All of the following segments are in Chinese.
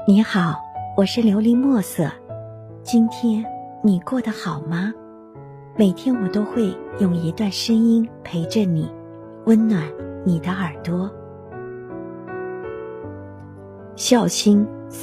你好，我是琉璃墨色。今天你过得好吗？每天我都会用一段声音陪着你，温暖你的耳朵。孝心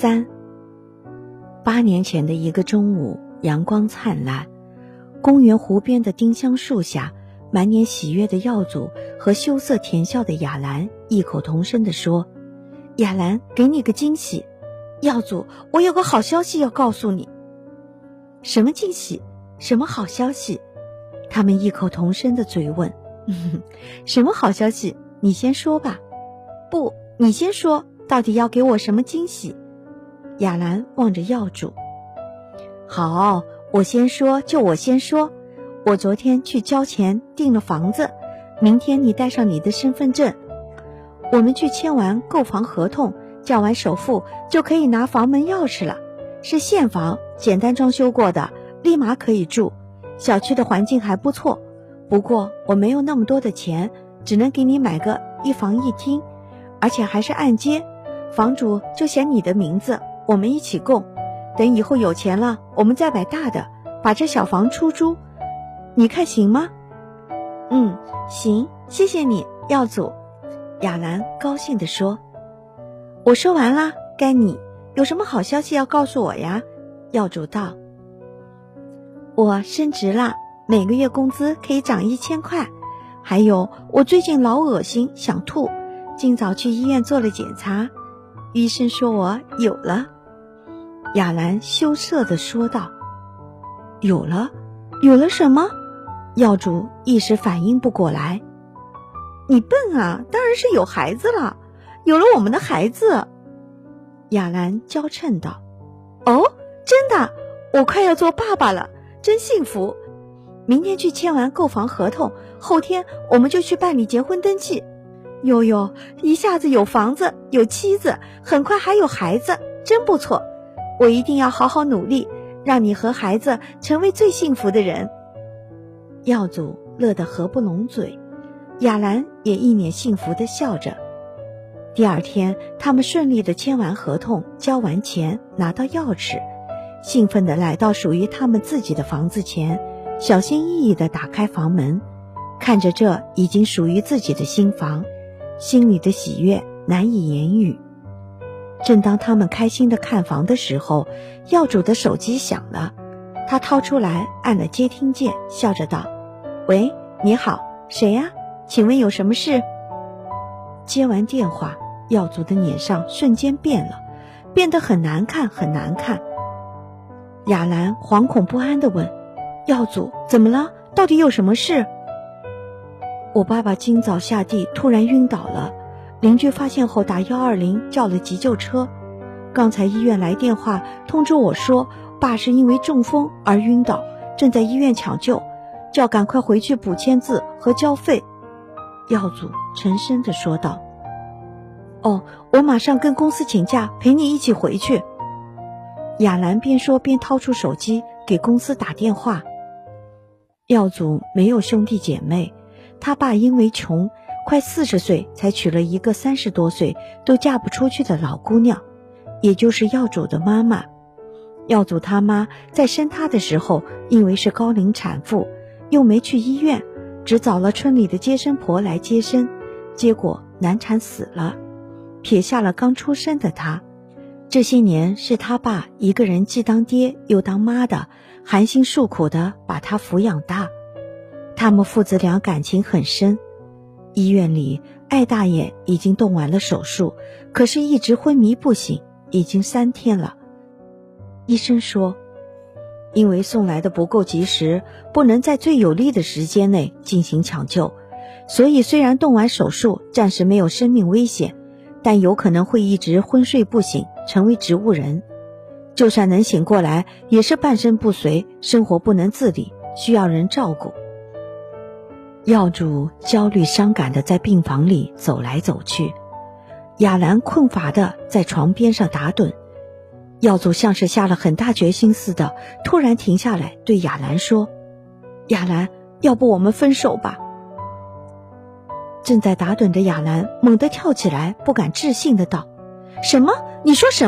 3。8年前的一个中午，阳光灿烂，公园湖边的丁香树下，满脸喜悦的耀祖和羞涩甜笑的雅兰异口同声地说：雅兰，给你个惊喜。耀祖，我有个好消息要告诉你。什么惊喜？什么好消息？他们异口同声地追问。什么好消息？你先说吧。不，你先说，到底要给我什么惊喜？雅兰望着耀祖。好，我先说，就我先说。我昨天去交钱订了房子，明天你带上你的身份证，我们去签完购房合同，交完首付就可以拿房门钥匙了。是现房，简单装修过的，立马可以住。小区的环境还不错，不过我没有那么多的钱，只能给你买个一房一厅，而且还是按揭，房主就写你的名字，我们一起供。等以后有钱了，我们再买大的，把这小房出租，你看行吗？行，谢谢你，耀祖。雅兰高兴地说。我说完了，该你，有什么好消息要告诉我呀？耀祖道。我升职了，每个月工资可以涨1000块。还有，我最近老恶心，想吐，今早去医院做了检查，医生说我有了。雅兰羞涩地说道。有了？有了什么？耀祖一时反应不过来。你笨啊，当然是有孩子了，有了我们的孩子。雅兰娇嗔道。哦，真的，我快要做爸爸了，真幸福。明天去签完购房合同，后天我们就去办理结婚登记。哟，一下子有房子，有妻子，很快还有孩子，真不错。我一定要好好努力，让你和孩子成为最幸福的人。耀祖乐得合不拢嘴，雅兰也一脸幸福地笑着。第二天，他们顺利地签完合同，交完钱，拿到钥匙，兴奋地来到属于他们自己的房子前，小心翼翼地打开房门，看着这已经属于自己的新房，心里的喜悦难以言语。正当他们开心地看房的时候，耀祖的手机响了，他掏出来按了接听键，笑着道：喂，你好，谁呀？请问有什么事？接完电话，耀祖的脸上瞬间变了，变得很难看，很难看。雅兰惶恐不安地问：耀祖，怎么了？到底有什么事？我爸爸今早下地突然晕倒了，邻居发现后打120叫了急救车，刚才医院来电话通知我说，爸是因为中风而晕倒，正在医院抢救，叫赶快回去补签字和交费。耀祖沉声地说道。哦，我马上跟公司请假，陪你一起回去。雅兰边说边掏出手机给公司打电话。耀祖没有兄弟姐妹，他爸因为穷，快40岁才娶了一个30多岁都嫁不出去的老姑娘，也就是耀祖的妈妈。耀祖他妈在生他的时候，因为是高龄产妇，又没去医院，只找了村里的接生婆来接生，结果难产死了，撇下了刚出生的他。这些年是他爸一个人既当爹又当妈的，含辛茹苦的把他抚养大。他们父子俩感情很深。医院里，艾大爷已经动完了手术，可是一直昏迷不醒，已经3天了。医生说，因为送来的不够及时，不能在最有利的时间内进行抢救，所以虽然动完手术，暂时没有生命危险，但有可能会一直昏睡不醒，成为植物人。就算能醒过来，也是半身不遂，生活不能自理，需要人照顾。耀祖焦虑伤感地在病房里走来走去，雅兰困乏地在床边上打盹。耀祖像是下了很大决心似的，突然停下来对雅兰说：雅兰，要不我们分手吧？正在打盹的雅兰猛地跳起来，不敢置信的道：什么？你说什么？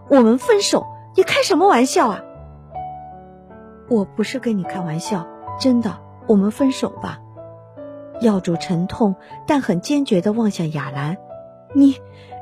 我们分手，你开什么玩笑啊？我不是跟你开玩笑，真的，我们分手吧。药主沉痛但很坚决地望向雅兰。你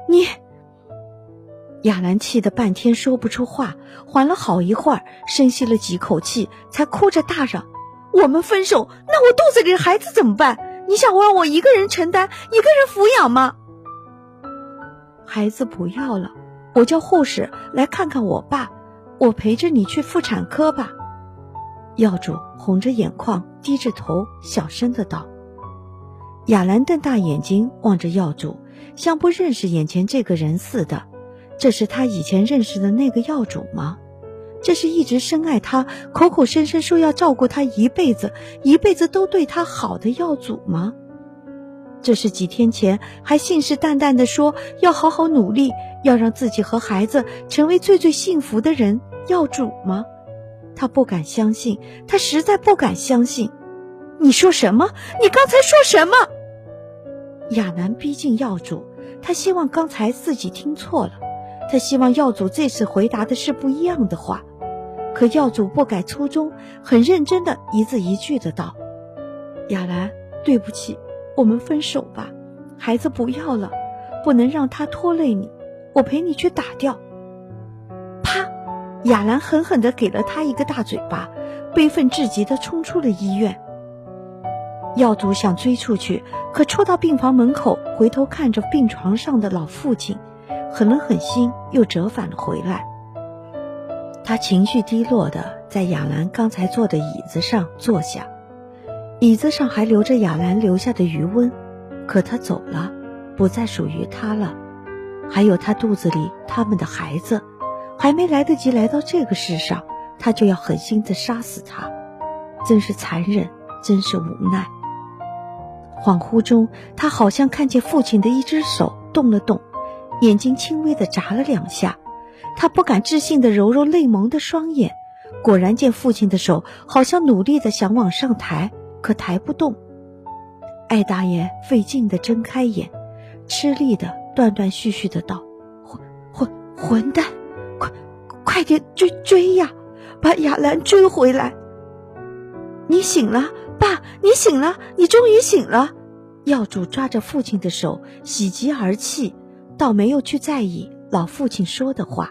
雅兰气得半天说不出话，缓了好一会儿，深吸了几口气，才哭着大嚷：我们分手，那我肚子里的孩子怎么办？你想让我一个人承担，一个人抚养吗？孩子不要了，我叫护士来看看我爸，我陪着你去妇产科吧。药主红着眼眶，低着头，小声地道。雅兰瞪大眼睛望着药主，像不认识眼前这个人似的。这是他以前认识的那个药主吗？这是一直深爱他，口口声声说要照顾他一辈子，一辈子都对他好的药主吗？这是几天前还信誓旦旦地说要好好努力，要让自己和孩子成为最最幸福的人药主吗？他不敢相信，他实在不敢相信。你说什么？你刚才说什么？亚楠逼近药主，他希望刚才自己听错了，他希望药主这次回答的是不一样的话。可药主不改初衷，很认真的一字一句的道：亚兰，对不起，我们分手吧，孩子不要了，不能让他拖累你，我陪你去打掉。啪！亚兰狠狠地给了他一个大嘴巴，悲愤至极地冲出了医院。药主想追出去，可戳到病房门口，回头看着病床上的老父亲，狠了狠心，又折返了回来。他情绪低落地在亚兰刚才坐的椅子上坐下，椅子上还留着亚兰留下的余温，可他走了，不再属于他了。还有他肚子里他们的孩子，还没来得及来到这个世上，他就要狠心地杀死他，真是残忍，真是无奈。恍惚中，他好像看见父亲的一只手动了动，眼睛轻微地眨了两下。他不敢置信地揉揉泪蒙的双眼，果然见父亲的手好像努力地想往上抬，可抬不动。艾大爷费劲地睁开眼，吃力地断断续续地道：混蛋，快点追呀，把亚兰追回来。你醒了，爸，你醒了，你终于醒了。药主抓着父亲的手，喜极而泣，倒没有去在意老父亲说的话。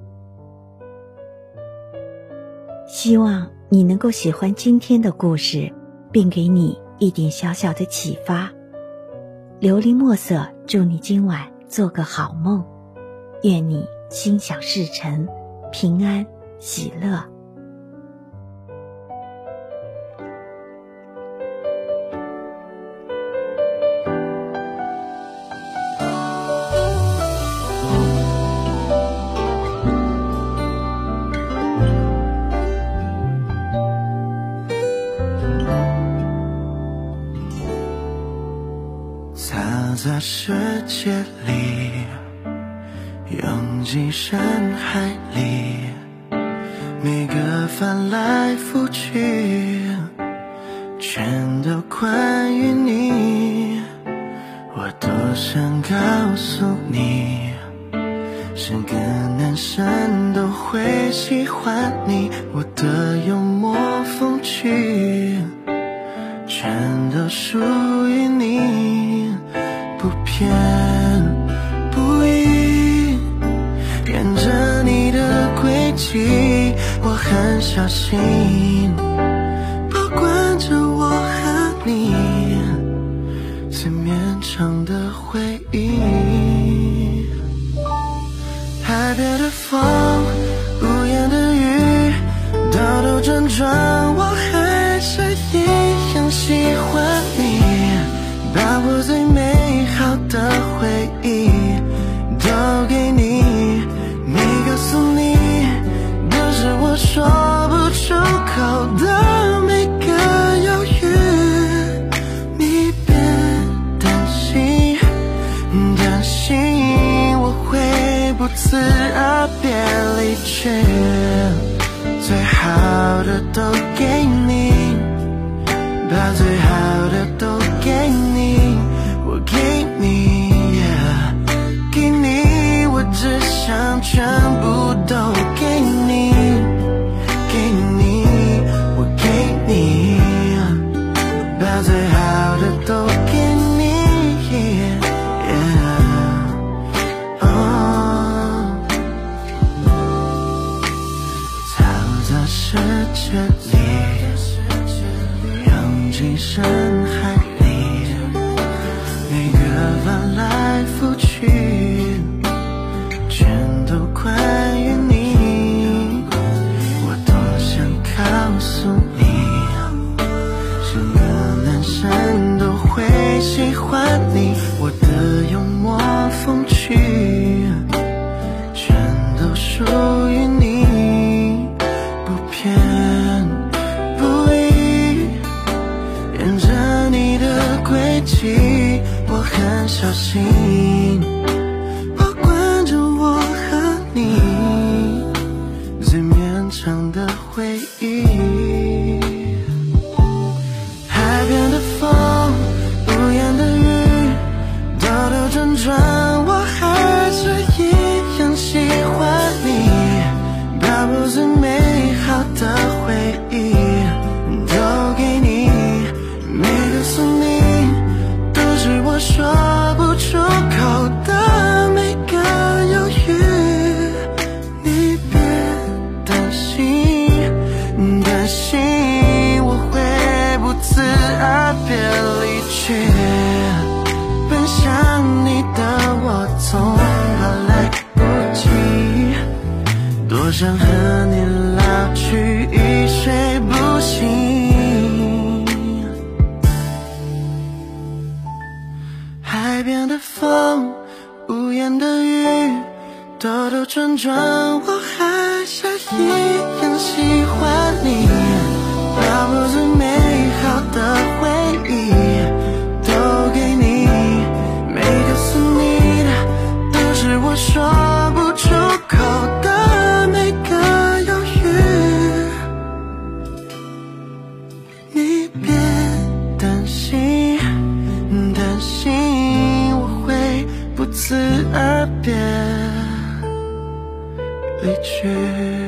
希望你能够喜欢今天的故事，并给你一点小小的启发。琉璃墨色祝你今晚做个好梦，愿你心想事成，平安喜乐。 在世界里，拥挤人海里，每个翻来覆去，全都关于你。我多想告诉你，是个男生都会喜欢你，我的幽默风趣，全都属于你。不偏不倚，跟着你的轨迹，我很小心，保管着我和你最绵长的回忆。海边的风，无言的雨，兜兜转转，我还是一样喜欢你，把我最美好的回忆都给你，没告诉你的是我说不出口的每个犹豫。你别担心，担心我会不辞而别离去，最好的都给你，把最好的都给你，我给你，yeah, 给你，我只想全部会喜欢你，我的幽默风趣全都属于你，不偏不倚，沿着你的轨迹，我很小心保管着我和你最绵长的回忆。海边的风，无言的雨，兜兜转转，我还是一样喜欢你，把我最美好的回忆都给你，没告诉你，都是我说不出口的每个犹豫。你别担心，担心我会不自而别离去，奔向你的我总怕来不及，多想和你老去，一睡不醒。海边的风，无言的雨，兜兜转转，我还是一样喜欢你，把我最美好的回忆都给你，没告诉你的，都是我说不出口的每个犹豫。你别担心，担心我会不辞而别离去。